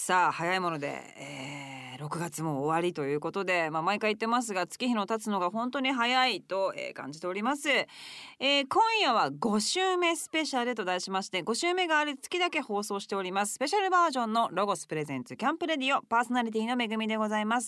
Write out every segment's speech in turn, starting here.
さあ早いもので、6月も終わりということで、毎回言ってますが月日の経つのが本当に早いと、感じております。今夜は5週目スペシャルと題しまして、5週目がある月だけ放送しておりますスペシャルバージョンのロゴスプレゼンツキャンプレディオ、パーソナリティのめぐみでございます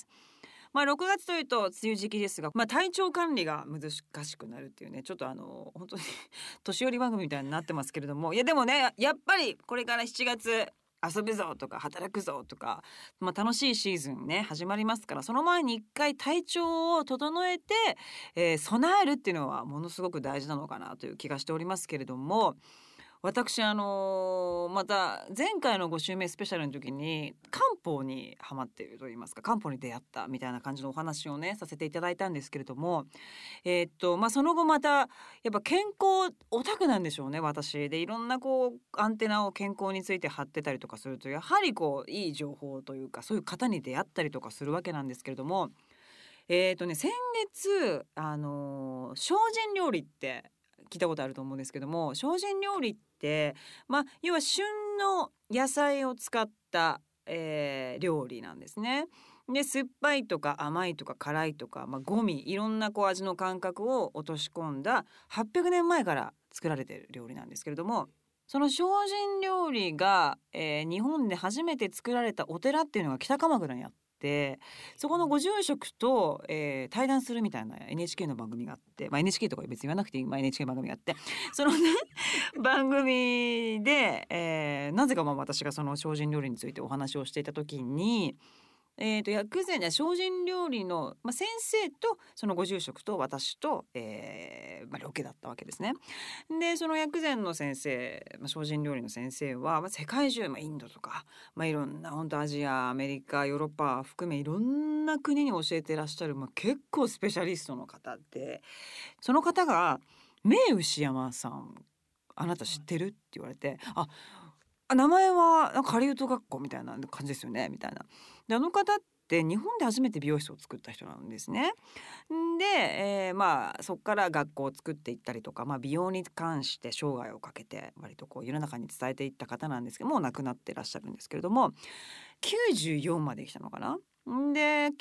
。6月というと梅雨時期ですが、体調管理が難しくなるっていうね、ちょっと本当に年寄り番組みたいになってますけれども、いやでもね、やっぱりこれから7月遊ぶぞとか働くぞとか、楽しいシーズンね始まりますから、その前に一回体調を整えて、備えるっていうのはものすごく大事なのかなという気がしておりますけれども、私また前回の5週目スペシャルの時に漢方にハマっていると言いますか、漢方に出会ったみたいな感じのお話をねさせていただいたんですけれども、その後またやっぱ健康オタクなんでしょうね私で、いろんなアンテナを健康について張ってたりとかすると、やはりいい情報というかそういう方に出会ったりとかするわけなんですけれども、先月精進料理って聞いたことあると思うんですけども、精進料理って要は旬の野菜を使った、料理なんですね。で酸っぱいとか甘いとか辛いとか、五味いろんな味の感覚を落とし込んだ800年前から作られている料理なんですけれども、その精進料理が、日本で初めて作られたお寺っていうのが北鎌倉にあって、そこのご住職と、対談するみたいな NHK の番組があって、NHK とか別に言わなくていい、NHK 番組があって、そのね番組で、なぜか私がその精進料理についてお話をしていた時に、薬膳精進料理の、先生とそのご住職と私と、ロケだったわけですね。でその薬膳の先生、精進料理の先生は、世界中、インドとか、いろんな本当アジアアメリカヨーロッパ含めいろんな国に教えてらっしゃる、結構スペシャリストの方で、その方が名牛山さんあなた知ってるって言われて、名前はなんかハリウッド学校みたいな感じですよねみたいな。で方って日本で初めて美容室を作った人なんですね。で、そこから学校を作っていったりとか、美容に関して生涯をかけて割と世の中に伝えていった方なんですけども、う亡くなってらっしゃるんですけれども、94まで来たのかな。で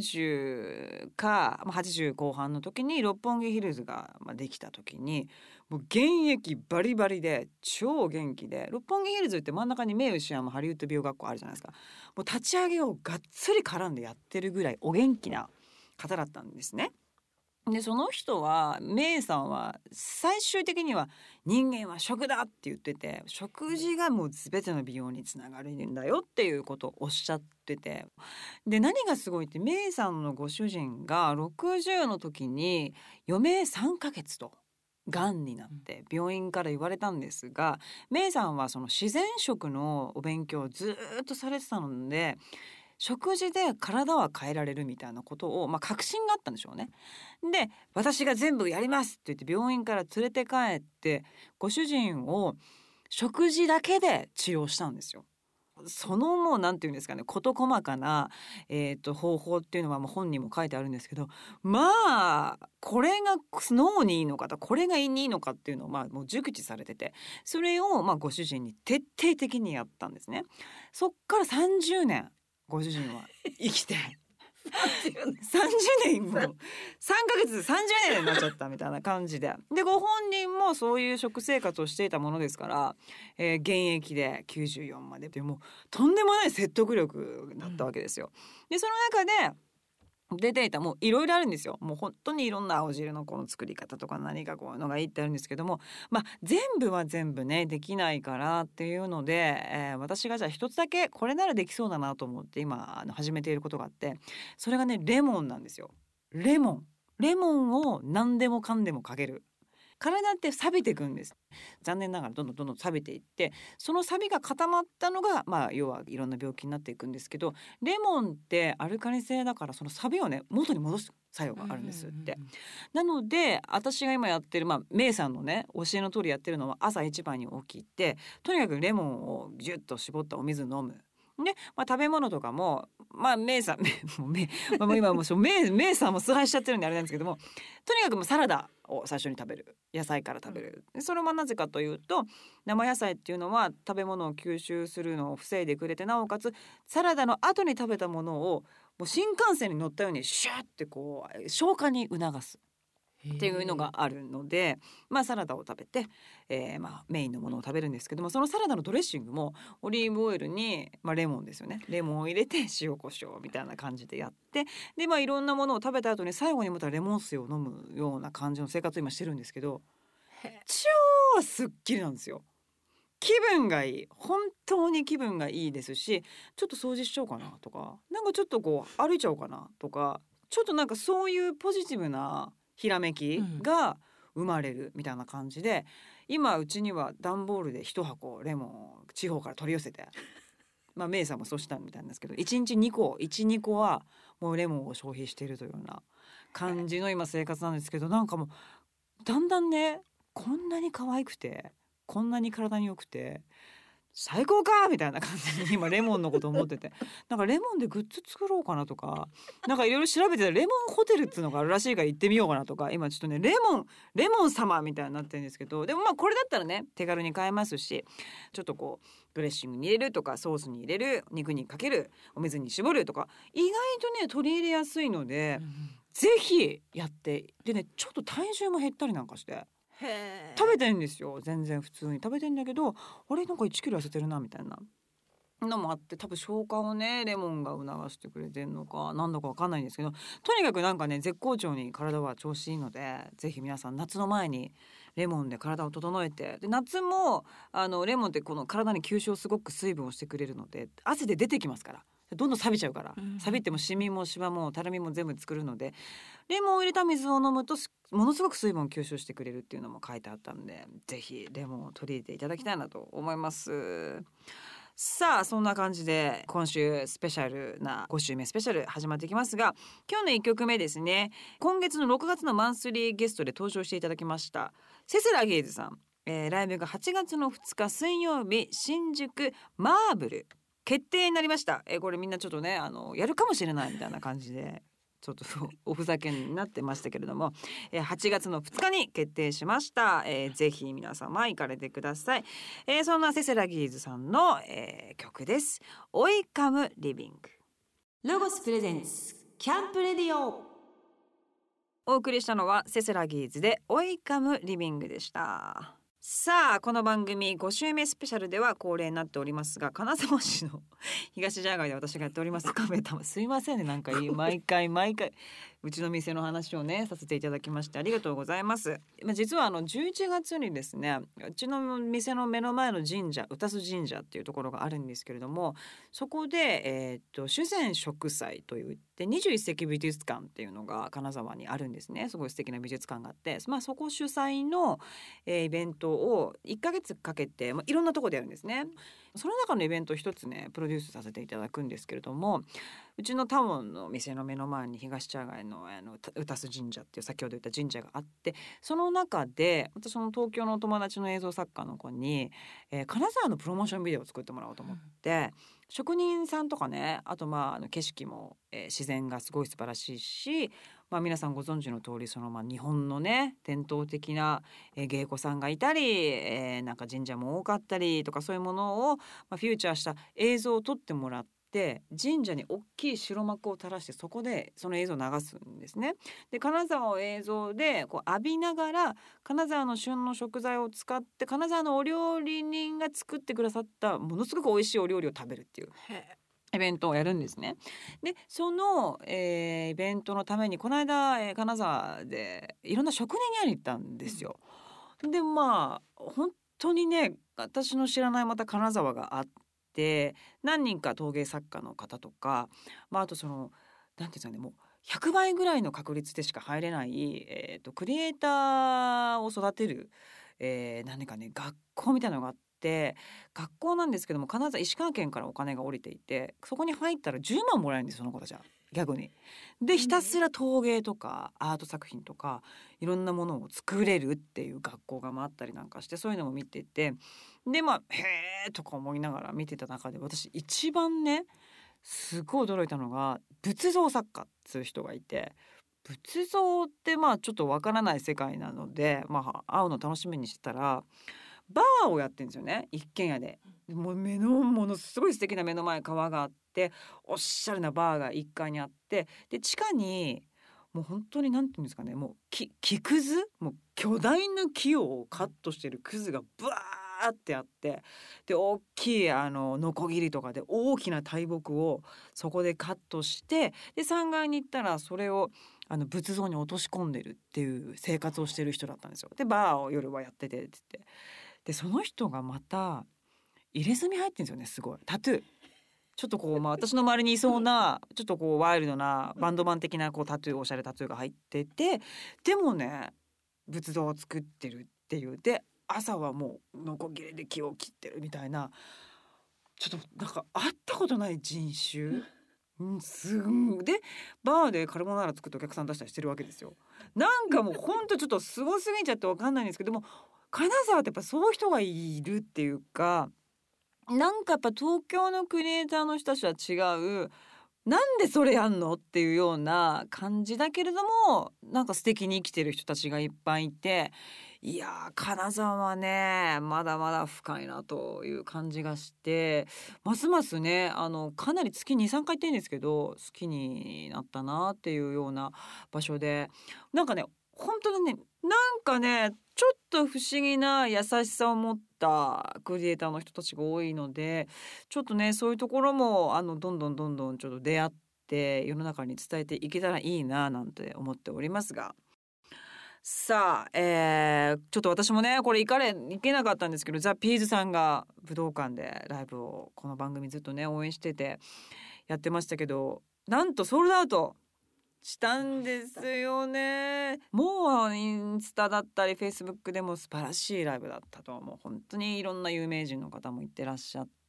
90か80後半の時に六本木ヒルズができた時に、もう現役バリバリで超元気で、六本木ヒルズって真ん中に名牛山ハリウッド美容学校あるじゃないですか。もう立ち上げをがっつり絡んでやってるぐらいお元気な方だったんですね。でその人はメイさんは最終的には人間は食だって言ってて、食事がもう全ての美容につながるんだよっていうことをおっしゃってて、で何がすごいって、メイさんのご主人が60の時に余命3ヶ月とがんになって病院から言われたんですが、メイさんはその自然食のお勉強をずっとされてたので、食事で体は変えられるみたいなことを、確信があったんでしょうね。で私が全部やりますって言って病院から連れて帰ってご主人を食事だけで治療したんですよ。そのもうなんていうんですかね、事細かな、方法っていうのはもう本にも書いてあるんですけど、これが脳にいいのかとこれが胃にいいのかっていうのをもう熟知されてて、それをご主人に徹底的にやったんですね。そっから30年ご主人は生きて30年もう3ヶ月30年になっちゃったみたいな感じで、ご本人もそういう食生活をしていたものですから、現役で94まででもうとんでもない説得力だったわけですよ。でその中で出ていたもういろいろあるんですよ。もう本当にいろんな青汁のこの作り方とか何かこういうのがいいってあるんですけども、全部は全部ねできないからっていうので、私がじゃあ一つだけこれならできそうだなと思って今始めていることがあって、それがねレモンなんですよ。レモンを何でもかんでもかける。体って錆びていくんです。残念ながらどんどん錆びていって、その錆が固まったのが要はいろんな病気になっていくんですけど、レモンってアルカリ性だからその錆をね元に戻す作用があるんですって。なので私が今やってるメイさんのね教えの通りやってるのは、朝一番に起きてとにかくレモンをギュッと絞ったお水飲む。で、食べ物とかも、 まあメイさんもうメイ、まあ、もう今もうメイさんも崇拝しちゃってるんであれなんですけども、とにかくもうサラダを最初に食べる、野菜から食べる、でそれはなぜかというと、生野菜っていうのは食べ物を吸収するのを防いでくれて、なおかつサラダの後に食べたものをもう新幹線に乗ったようにシュッてこう消化に促すっていうのがあるので、まあサラダを食べて、まあメインのものを食べるんですけども、そのサラダのドレッシングもオリーブオイルに、まあ、レモンですよね、レモンを入れて塩コショウみたいな感じでやって、でまあいろんなものを食べた後に最後にまたレモン水を飲むような感じの生活を今してるんですけど、超すっきりなんですよ。気分がいい、本当に気分がいいですし、ちょっと掃除しちゃおうかなとか、なんかちょっとこう歩いちゃおうかなとか、ちょっとなんかそういうポジティブなひらめきが生まれるみたいな感じで、今うちには段ボールで1箱レモンを地方から取り寄せて、まあメイさんもそうしたみたいなんですけど、1日2個1、2個はもうレモンを消費しているというような感じの今生活なんですけど、なんかもうだんだんね、こんなに可愛くてこんなに体に良くて最高かみたいな感じに今レモンのこと思ってて、なんかレモンでグッズ作ろうかなとか、なんかいろいろ調べてたらレモンホテルっていうのがあるらしいから行ってみようかなとか、今ちょっとねレモン様みたいになってるんですけど、でもまあこれだったらね手軽に買えますし、ちょっとこうドレッシングに入れるとかソースに入れる、肉にかける、お水に絞るとか意外とね取り入れやすいので、ぜひやって、でねちょっと体重も減ったりなんかして、食べてるんですよ、全然普通に食べてるんだけど、あれなんか1キロ痩せてるなみたいなのもあって、多分消化をねレモンが促してくれてるのか何だか分かんないんですけど、とにかくなんかね絶好調に体は調子いいので、ぜひ皆さん夏の前にレモンで体を整えて、で夏もレモンってこの体に吸収をすごく水分をしてくれるので、汗で出てきますからどんどん錆びちゃうから、錆びってもシミもシワもたるみも全部作るので、レモンを入れた水を飲むとものすごく水分を吸収してくれるっていうのも書いてあったんで、ぜひレモンを取り入れていただきたいなと思います。さあそんな感じで今週スペシャルな5週目スペシャル始まってきますが、今日の1曲目ですね、今月の6月のマンスリーゲストで登場していただきましたセセラゲイズさん、ライブが8月の2日水曜日新宿マーブル決定になりました。これみんなちょっとねやるかもしれないみたいな感じでちょっとおふざけになってましたけれども、8月の2日に決定しました。ぜひ皆様行かれてください。そんなセセラギーズさんの、曲です。オイカムリビング。ロゴスプレゼンツキャンプレディオ。お送りしたのはセセラギーズでオイカムリビングでした。さあこの番組5週目スペシャルでは恒例になっておりますが、金沢市の東ジャガで私がやっておりますカフェタマ、すいませんね、なんか毎回うちの店の話をねさせていただきましてありがとうございます。実は11月にですね、うちの店の目の前の神社、宇多須神社っていうところがあるんですけれども、そこで、修繕植祭といって21世紀美術館っていうのが金沢にあるんですね。すごい素敵な美術館があって、そこ主催の、イベントを1ヶ月かけて、いろんなところでやるんですね。その中のイベントを一つねプロデュースさせていただくんですけれども、うちのタウンの店の目の前に東茶屋の宇多須神社っていう先ほど言った神社があって、その中で私の東京のお友達の映像作家の子に、金沢のプロモーションビデオを作ってもらおうと思って、職人さんとかね、あと景色も、自然がすごい素晴らしいし、皆さんご存知の通り日本のね伝統的な、芸妓さんがいたり、なんか神社も多かったりとか、そういうものを、フューチャーした映像を撮ってもらって、神社に大きい白幕を垂らしてそこでその映像を流すんですね。で金沢を映像でこう浴びながら金沢の旬の食材を使って金沢のお料理人が作ってくださったものすごく美味しいお料理を食べるっていうイベントをやるんですね。でその、イベントのためにこの間、金沢でいろんな職人に会いに行ったんですよ。で本当にね私の知らないまた金沢があって、何人か陶芸作家の方とか、あとなんていうんですかね、もう100倍ぐらいの確率でしか入れない、クリエイターを育てる、何かね学校みたいなのがあって、学校なんですけども金沢石川県からお金が降りていて、そこに入ったら10万もらえるんですよ、その子たちは逆に。でひたすら陶芸とかアート作品とかいろんなものを作れるっていう学校があったりなんかして、そういうのも見てて、でへーとか思いながら見てた中で、私一番ねすごい驚いたのが仏像作家っつう人がいて、仏像ってまあちょっとわからない世界なので、まあ会うの楽しみにしてたらバーをやってるんですよね、一軒家で。もうものすごい素敵な目の前川があって、おしゃれなバーが1階にあって、で地下にもう本当になんていうんですかね、もう木くず、もう巨大な木をカットしてるくずがブワーってあって、で大きいノコギリとかで大きな大木をそこでカットして、で3階に行ったらそれを仏像に落とし込んでるっていう生活をしてる人だったんですよ。でバーを夜はやっててって言って、でその人がまた入れ墨入ってるんですよね、すごいタトゥー。ちょっとこう、私の周りにいそうなちょっとこうワイルドなバンドマン的なこうタトゥー、おしゃれタトゥーが入ってて、でもね仏像を作ってるっていう。で朝はもうノコギリで木を切ってるみたいな、ちょっとなんか会ったことない人種、でバーでカルボナーラ作ってお客さん出したりしてるわけですよ。なんかもうほんとちょっとすごすぎちゃって分かんないんですけども、金沢ってやっぱそういう人がいるっていうか、なんかやっぱ東京のクリエイターの人たちは違う、なんでそれやんのっていうような感じだけれども、なんか素敵に生きてる人たちがいっぱいいて、いやー金沢はねまだまだ深いなという感じがして、ますますねかなり月 2,3 回行ってるんですけど、好きになったなっていうような場所で、なんかね本当にね、なんかねちょっと不思議な優しさを持ったクリエイターの人たちが多いので、ちょっとねそういうところもどんどんちょっと出会って世の中に伝えていけたらいいななんて思っておりますが、さあ、ちょっと私もねこれ行けなかったんですけど、ザ・ピーズさんが武道館でライブをこの番組ずっとね応援しててやってましたけど、なんとソールドアウトしたんですよね。もうインスタだったりフェイスブックでも素晴らしいライブだったと、もう本当にいろんな有名人の方も行ってらっしゃって、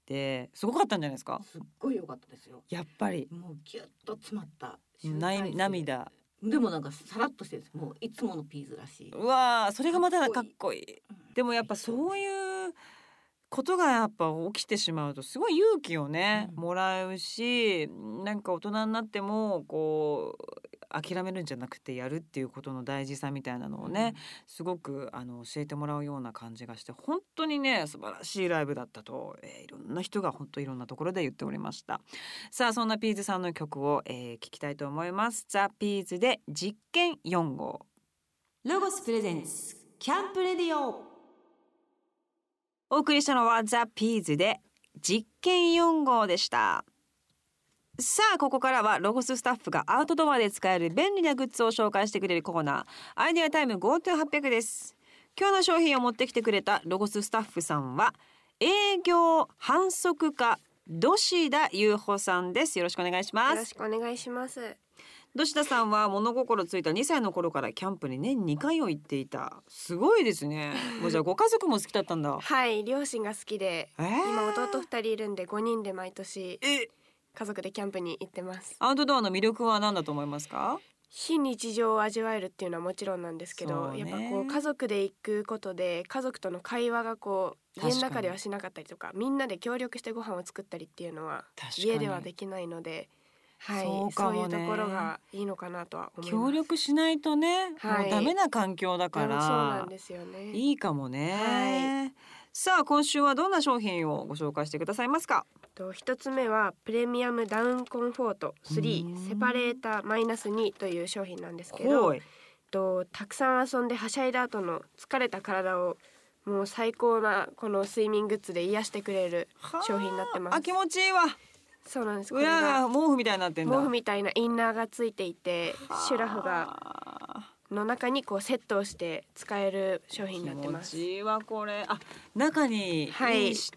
すごかったんじゃないですか。 すっごい良かったですよ。 やっぱりもうギュッと詰まった涙。 でもなんかさらっとしてるんです。もういつものピーズらしい。 うわー、それがまたかっこいい。 うんでもやっぱそういうことがやっぱ起きてしまうとすごい勇気をね、もらうし、なんか大人になってもこう諦めるんじゃなくてやるっていうことの大事さみたいなのをね、すごく教えてもらうような感じがして、本当にね素晴らしいライブだったと、いろんな人が本当いろんなところで言っておりました。さあそんなピーズさんの曲を、聞きたいと思います。ザ・ピーズで実験4号。ロゴスプレゼンツキャンプレディオ。お送りしたのはザ・ピーズで実験4号でした。さあここからはロゴススタッフがアウトドアで使える便利なグッズを紹介してくれるコーナー、アイデアタイム GoTo800 です。今日の商品を持ってきてくれたロゴススタッフさんは営業販促課土田優穂さんです。よろしくお願いします。 よろしくお願いします。 土田さんは物心ついた2歳の頃からキャンプに年2回を行っていた。すごいですね。もうじゃあご家族も好きだったんだ。 はい、両親が好きで、今弟2人いるんで5人で毎年家族でキャンプに行ってます。 アウトドアの魅力は何だと思いますか？ 非日常を味わえるっていうのはもちろんなんですけど、やっぱこう家族で行くことで家族との会話がこう家の中ではしなかったりとか、みんなで協力してご飯を作ったりっていうのは家ではできないので、はい、そういうところがいいのかなとは思います。協力しないとね、もうダメな環境だから、 そうなんですよね。 いいかもね、 はい、 さあ今週はどんな商品をご紹介してくださいますか？ 一つ目はプレミアムダウンコンフォート3セパレーター -2 という商品なんですけど、たくさん遊んではしゃいだ後の疲れた体をもう最高なこの睡眠グッズで癒してくれる商品になってます。 気持ちいいわ。 そうなんです。 裏が毛布みたいになってんだ。 毛布みたいなインナーがついていて、シュラフがの中にこうセットをして使える商品になってます。 気持ちいいわこれ。中にして、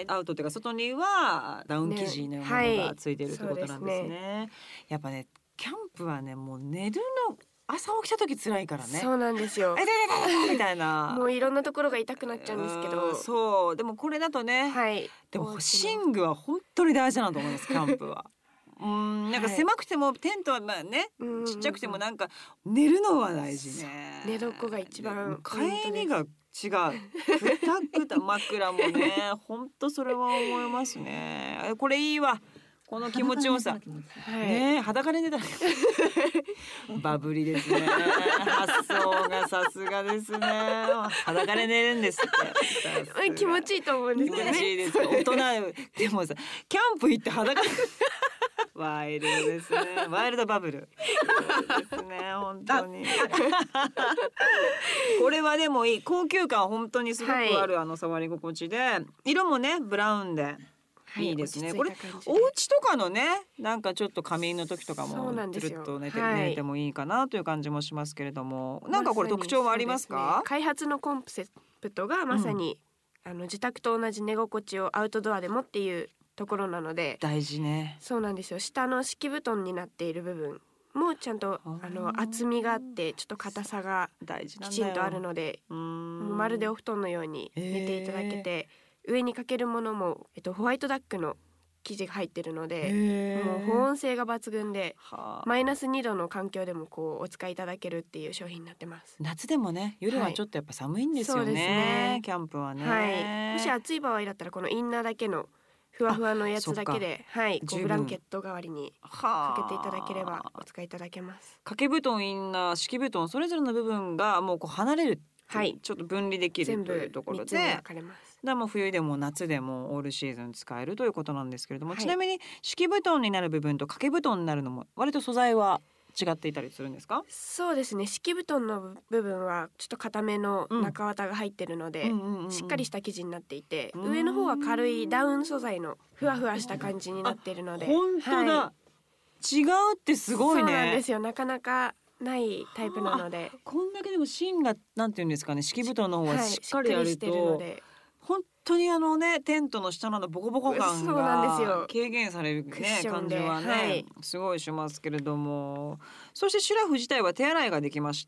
アウトというか外にはダウン生地のものがついてるってことなんですね。やっぱねキャンプはねもう寝るの朝起きた時辛いからね。 そうなんですよ。 みたいな。 もういろんなところが痛くなっちゃうんですけど。 そう。でもこれだとね。 はい。 でも寝具は本当に大事だなと思います。キャンプは。なんか狭くてもテントはまあね、ちっちゃくてもなんか寝るのは大事ね。 寝床が一番ポイントです。 帰りが違う。くたくた枕もね、本当それは思いますね。これいいわ。 この気持ちよさはいね、裸で寝たらバブリですね。発想がさすがですね。裸で寝るんですって。 気持ちいいと思うんですけど気持ちね。 いいです。大人でもさ、キャンプ行って裸ワイルドですね。ワイルドバブルそうですね、本当にこれはでもいい、高級感本当にすごくある、触り心地で、色もねブラウンでいいですね。これお家とかのね、なんかちょっと仮眠の時とかもつるっと寝てもいいかなという感じもしますけれども、なんかこれ特徴はありますか？ 開発のコンセプトがまさに、自宅と同じ寝心地をアウトドアでもっていうところなので、 大事ね。 そうなんですよ。下の敷布団になっている部分もちゃんと厚みがあって、ちょっと硬さがきちんとあるので、もうまるでお布団のように寝ていただけて、上にかけるものも、ホワイトダックの生地が入ってるので、もう保温性が抜群で、マイナス2度の環境でもお使いいただけるっていう商品になってます。 夏でもね、夜はちょっとやっぱ寒いんですよね、 そうですね、 キャンプはね、 はい、もし暑い場合だったらこのインナーだけのふわふわのやつだけで、はい、ブランケット代わりにかけていただければお使いいただけます。 掛け布団、インナー、敷布団、それぞれの部分がもう離れる、はい、ちょっと分離できるというところで、 分かれます。 も冬でも夏でもオールシーズン使えるということなんですけれども、ちなみに敷布団になる部分と掛け布団になるのも割と素材は違っていたりするんですか？ そうですね、敷布団の部分はちょっと硬めの中綿が入ってるので、しっかりした生地になっていて、上の方は軽いダウン素材のふわふわした感じになっているので、 本当だ、違うってすごいね。 そうなんですよ、なかなかないタイプなので、 こんだけでも芯がなんていうんですかね、敷布団の方はしっかりやると、本当にテントの下のボコボコ感が軽減されるね、感じはね、すごいしますけれども、そしてシュラフ自体は手洗いができまして、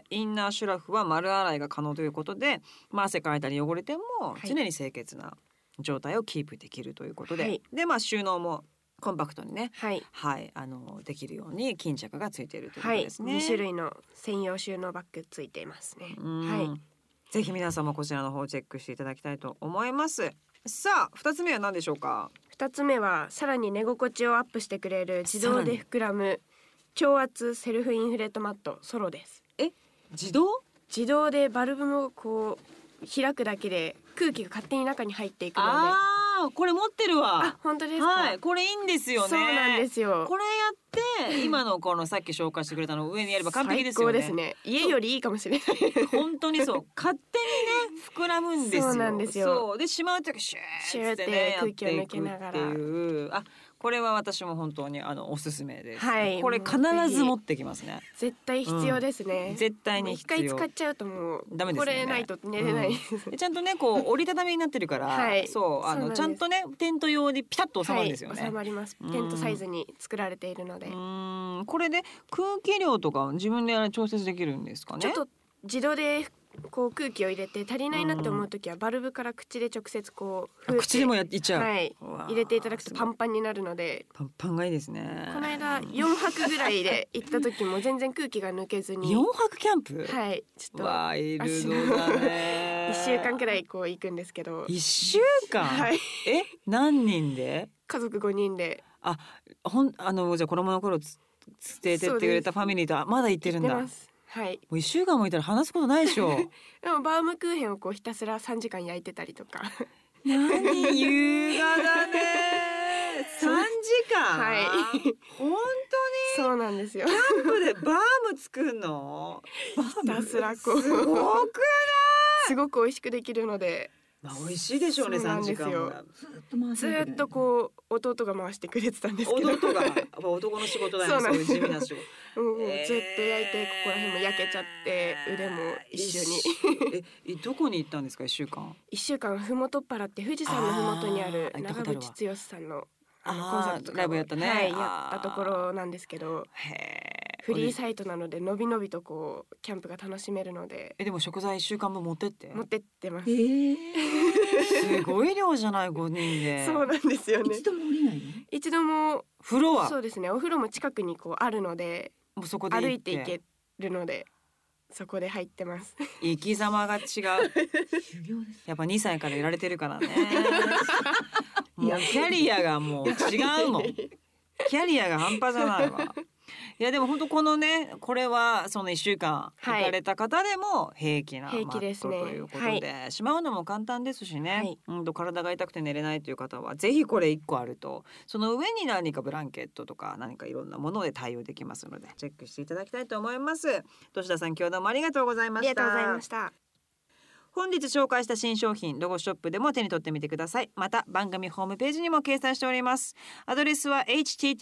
インナーシュラフは丸洗いが可能ということで、汗かいたり汚れても常に清潔な状態をキープできるということで、で収納もコンパクトにね、できるように巾着がついているということですね。 2種類の専用収納バッグついていますね。 ぜひ皆さんもこちらの方をチェックしていただきたいと思います。さあ、2つ目は何でしょうか？ 2つ目はさらに寝心地をアップしてくれる自動で膨らむ超圧セルフインフレートマットソロです。 自動でバルブも開くだけで空気が勝手に中に入っていくので、 これ持ってるわ。 本当ですか？ これいいんですよね。 そうなんですよ。 これやって今のこのさっき紹介してくれたのを上にやれば完璧ですよね。 最高ですね。家よりいいかもしれない。 本当にそう。勝手にね膨らむんですよ。 そうなんですよ。 そうでしまうときシューって空気を抜けながら。 これは私も本当におすすめです。 はい、 これ必ず持ってきますね。 絶対必要ですね。 絶対に必要。 一回使っちゃうともうダメですね。 これないと寝れない。 ちゃんとね折りたたみになってるから、そうちゃんとねテント用にピタッと収まるんですよね。 収まります。テントサイズに作られているので。 これで空気量とか自分で調節できるんですかね。 ちょっと自動で空気を入れて足りないなって思うときはバルブから口で直接口でもいっちゃう、 入れていただくとパンパンになるので、 パンパンがいいですね。 この間4泊ぐらいで行った時も全然空気が抜けずに 4泊キャンプ、 ちょっとワイルドだね。 1週間くらい行くんですけど。 1週間、何人で？ 家族5人で。 じゃあ子供の頃連れてってくれたファミリーとはまだ行ってるんだ。もう1週間もいたら話すことないでしょ。 でもバームクーヘンをひたすら3時間焼いてたりとか。 何優雅だね。3時間。本当にそうなんですよ。 キャンプでバーム作るの？ ひたすらすごくない？すごく美味しくできるので。 美味しいでしょうね。3時間もずっと弟が回してくれてたんですけど。 弟が男の仕事だよね。そういう地味な仕事。 ずっと焼いてここら辺も焼けちゃって腕も一緒に。どこに行ったんですか？1週間。 1週間ふもとっぱらって富士山のふもとにある長渕剛さんのコンサートとかライブやったね。 やったところなんですけど。フリーサイトなのでのびのびとキャンプが楽しめるので。 でも食材1週間分持ってってます。 すごい量じゃない5人で。 そうなんですよね。 一度も降りないの？ 一度も。 風呂は？ そうですね。お風呂も近くにあるので、 もうそこで歩いて行けるのでそこで入ってます。 生き様が違う。やっぱ2歳からやられてるからね。 もうキャリアがもう違うもんキャリアが半端じゃないわ。いやでも本当このねこれはその1週間行かれた方でも平気なマットということで、しまうのも簡単ですしね、体が痛くて寝れないという方はぜひこれ1個あるとその上に何かブランケットとか何かいろんなもので対応できますのでチェックしていただきたいと思います。とし田さん今日はどうもありがとうございました。 ありがとうございました。 本日紹介した新商品ロゴショップでも手に取ってみてください。また番組ホームページにも掲載しております。アドレスは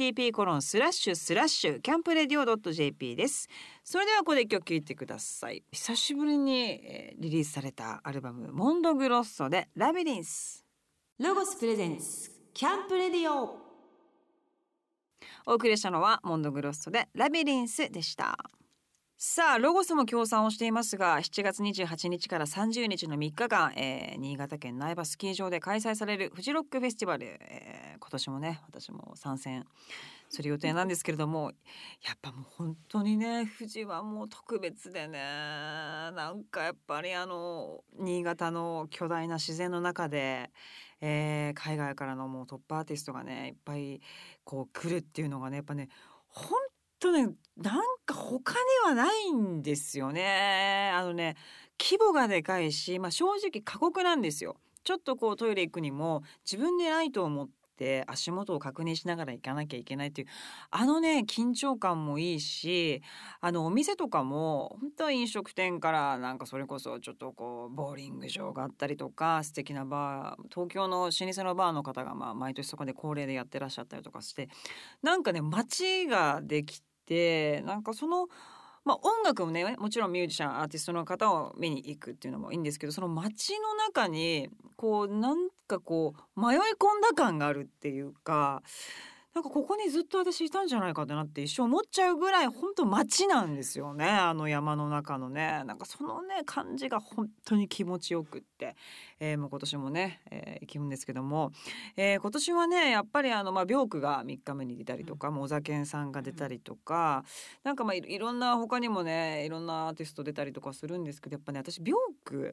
http://campradio.jp です。それではここで一曲聴いてください。久しぶりに、リリースされたアルバムモンドグロッソでラビリンス。 ロゴスプレゼンツキャンプレディオ。 お送りしたのはモンドグロッソでラビリンスでした。さあロゴスも協賛をしていますが7月28日から30日の3日間、新潟県苗場スキー場で開催されるフジロックフェスティバル、今年もね私も参戦する予定なんですけれどもやっぱもう本当にね富士はもう特別でねなんかやっぱり新潟の巨大な自然の中で、海外からのもうトップアーティストがねいっぱいこう来るっていうのがねやっぱね本当ねなんか他にはないんですよね。規模がでかいし、正直過酷なんですよ。ちょっとこうトイレ行くにも自分でライトを持って足元を確認しながら行かなきゃいけないっていう緊張感もいいしお店とかも本当は飲食店からなんかそれこそちょっとこうボーリング場があったりとか素敵なバー東京の老舗のバーの方が毎年そこで恒例でやってらっしゃったりとかしてなんかね街ができてなんかその音楽もねもちろんミュージシャンアーティストの方を見に行くっていうのもいいんですけどその街の中にこうなんかこう迷い込んだ感があるっていうかなんかここにずっと私いたんじゃないかってなって一生思っちゃうぐらい本当街なんですよね。山の中のねなんかそのね感じが本当に気持ちよくって、もう今年もね、行くんですけども、今年はねやっぱりビョークが3日目に出たりとか、もうおざけんさんが出たりとか、なんかいろんな他にもねいろんなアーティスト出たりとかするんですけどやっぱね私ビョーク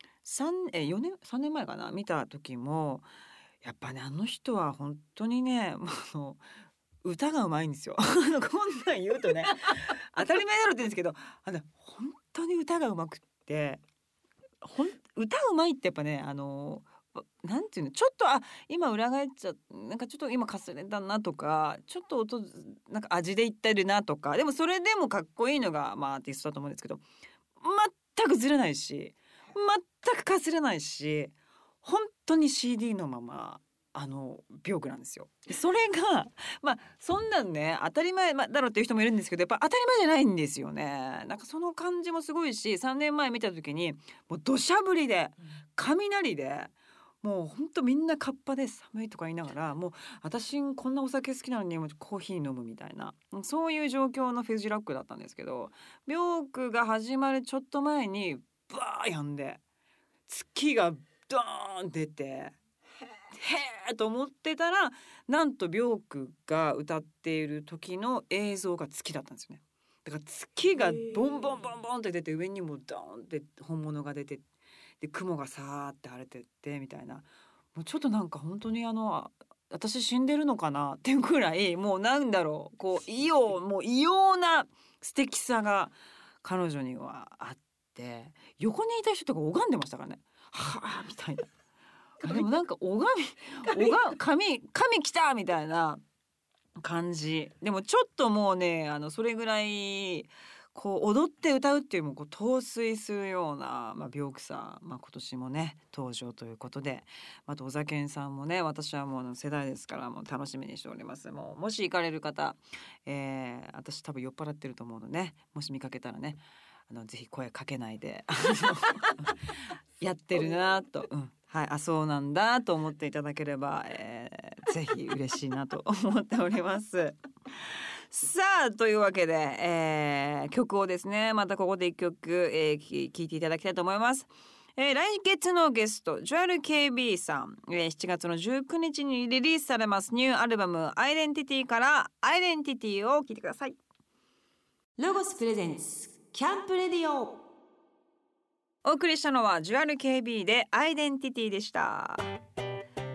3年前かな見た時もやっぱねあの人は本当にね歌がうまいんですよこんなん言うとね当たり前だろって言うんですけど本当に歌がうまくって歌うまいってやっぱねなんていうのちょっと今裏返っちゃなんかちょっと今かすれたなとかちょっと音なんか味でいってるなとかでもそれでもかっこいいのがアーティストだと思うんですけど全くずれないし全くかすれないし本当に CD のままビョークなんですよ。それがそんなんね当たり前、だろうっていう人もいるんですけどやっぱ当たり前じゃないんですよね。なんかその感じもすごいし3年前見た時にもう土砂降りで雷でもうほんとみんなカッパで寒いとか言いながらもう私こんなお酒好きなのにコーヒー飲むみたいなそういう状況のフジロックだったんですけどビョークが始まるちょっと前にバーやんで月がドーン出てへーと思ってたらなんとビョークが歌っている時の映像が月だったんですよね。だから月がボンボンボンボンって出て上にもドーンって本物が出てで雲がさーって晴れてってみたいなもうちょっとなんか本当に私死んでるのかなっていうくらいもうなんだろうこう異様な素敵さが彼女にはあって横にいた人とか拝んでましたからねはあみたいなでもなんか神来たみたいな感じでもちょっともうねそれぐらいこう踊って歌うっていうよりもこう陶酔するような、ビョークさん、今年もね登場ということであとおざけんさんもね私はもう世代ですからもう楽しみにしております。もし行かれる方、私多分酔っ払ってると思うのでもし見かけたらねぜひ声かけないでやってるなと、そうなんだと思っていただければ、ぜひ嬉しいなと思っておりますさあというわけで、曲をですねまたここで一曲、聴いていただきたいと思います。来月のゲストジュアル KB さん、7月の19日にリリースされますニューアルバムアイデンティティからアイデンティティを聴いてください。 ロゴスプレゼンツキャンプレディオ。 お送りしたのはジュアル KB でアイデンティティでした。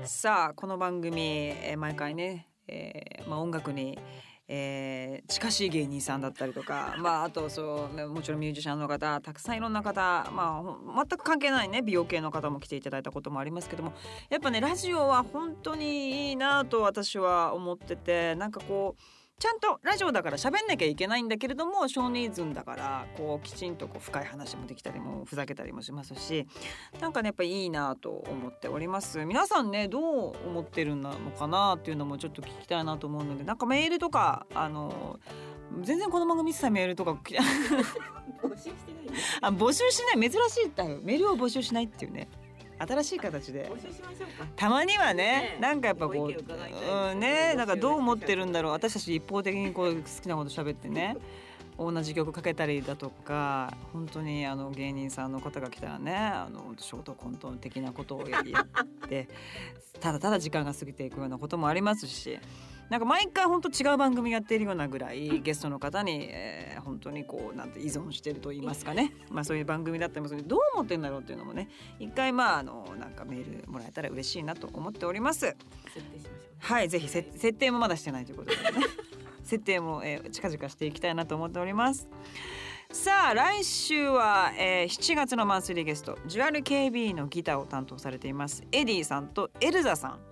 さあこの番組、毎回ね、音楽に、近しい芸人さんだったりとか、あとそうもちろんミュージシャンの方たくさんいろんな方、全く関係ないね美容系の方も来ていただいたこともありますけども、やっぱねラジオは本当にいいなと私は思ってて、なんかこうちゃんとラジオだから喋んなきゃいけないんだけれどもショーニーズンだからこうきちんとこう深い話もできたりもふざけたりもしますし、なんかねやっぱいいなと思っております。皆さんねどう思ってるのかなっていうのもちょっと聞きたいなと思うので、なんかメールとか全然この番組一切メールとか募集してない募集しない、珍しいってメールを募集しないっていうね新しい形で募集しましょうか。 たまにはねなんかやっぱこご意見伺いたいですうなんかどう思ってるんだろう、私たち一方的にこう好きなこと喋ってね同じ曲かけたりだとか、本当に芸人さんの方が来たらねショートコント的なことをやってただただ時間が過ぎていくようなこともありますし、なんか毎回本当違う番組やっているようなぐらいゲストの方に、本当にこうなんて依存してると言いますかね、そういう番組だったりもするのでどう思ってんだろうっていうのもね一回なんかメールもらえたら嬉しいなと思っております。 設定しましょう。 はいぜひ設定もまだしてないということでね設定も、近々していきたいなと思っております。さあ来週は、7月のマンスリーゲストジュアル KB のギターを担当されていますエディさんとエルザさん、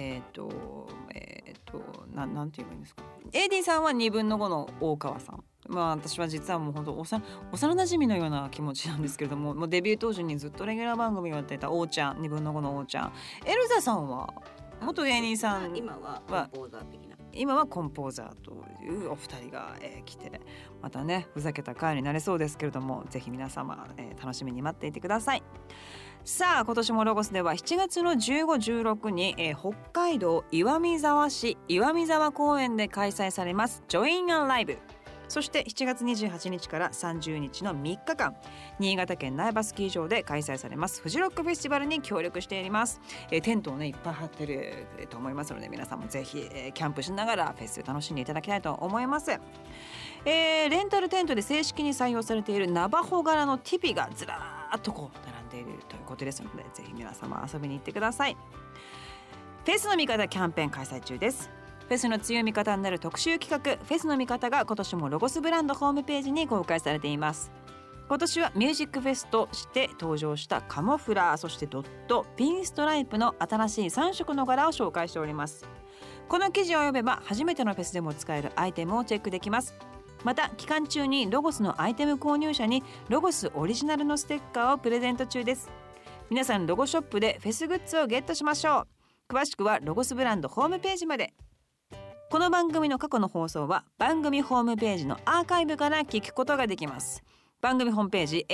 なんて言えばいいんですか。エディさんは2分の5の大川さん、私は実はもう本当幼馴染のような気持ちなんですけれども、もうデビュー当時にずっとレギュラー番組をやっていたおーちゃん、2分の5のおーちゃん。エルザさんは元芸人さん、 今はコンポーザー的な、 今はコンポーザーというお二人が、来てまたねふざけた回になれそうですけれども、ぜひ皆様、楽しみに待っていてください。さあ今年もロゴスでは7月の15、16に、北海道岩見沢市岩見沢公園で開催されますジョインアンライブ、そして7月28日から30日の3日間新潟県苗場スキー場で開催されますフジロックフェスティバルに協力しています。テントをねいっぱい張ってると思いますので、皆さんもぜひ、キャンプしながらフェス楽しんでいただきたいと思います。レンタルテントで正式に採用されているナバホ柄のティピがずらーっとこう並んでいるということですので、ぜひ皆様遊びに行ってください。フェスの味方キャンペーン開催中です。フェスの強い味方になる特集企画フェスの味方が今年もロゴスブランドホームページに公開されています。今年はミュージックフェスとして登場したカモフラー、そしてドット、ピンストライプの新しい3色の柄を紹介しております。この記事を読めば初めてのフェスでも使えるアイテムをチェックできます。また期間中にロゴスのアイテム購入者にロゴスオリジナルのステッカーをプレゼント中です。皆さんロゴショップでフェスグッズをゲットしましょう。詳しくはロゴスブランドホームページまで。この番組の過去の放送は番組ホームページのアーカイブから聞くことができます。番組ホームページ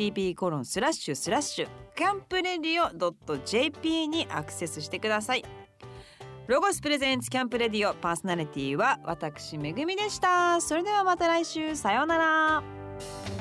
http://campradio.jp にアクセスしてください。ロゴスプレゼンツキャンプレディオ、パーソナリティは私めぐみでした。それではまた来週、さようなら。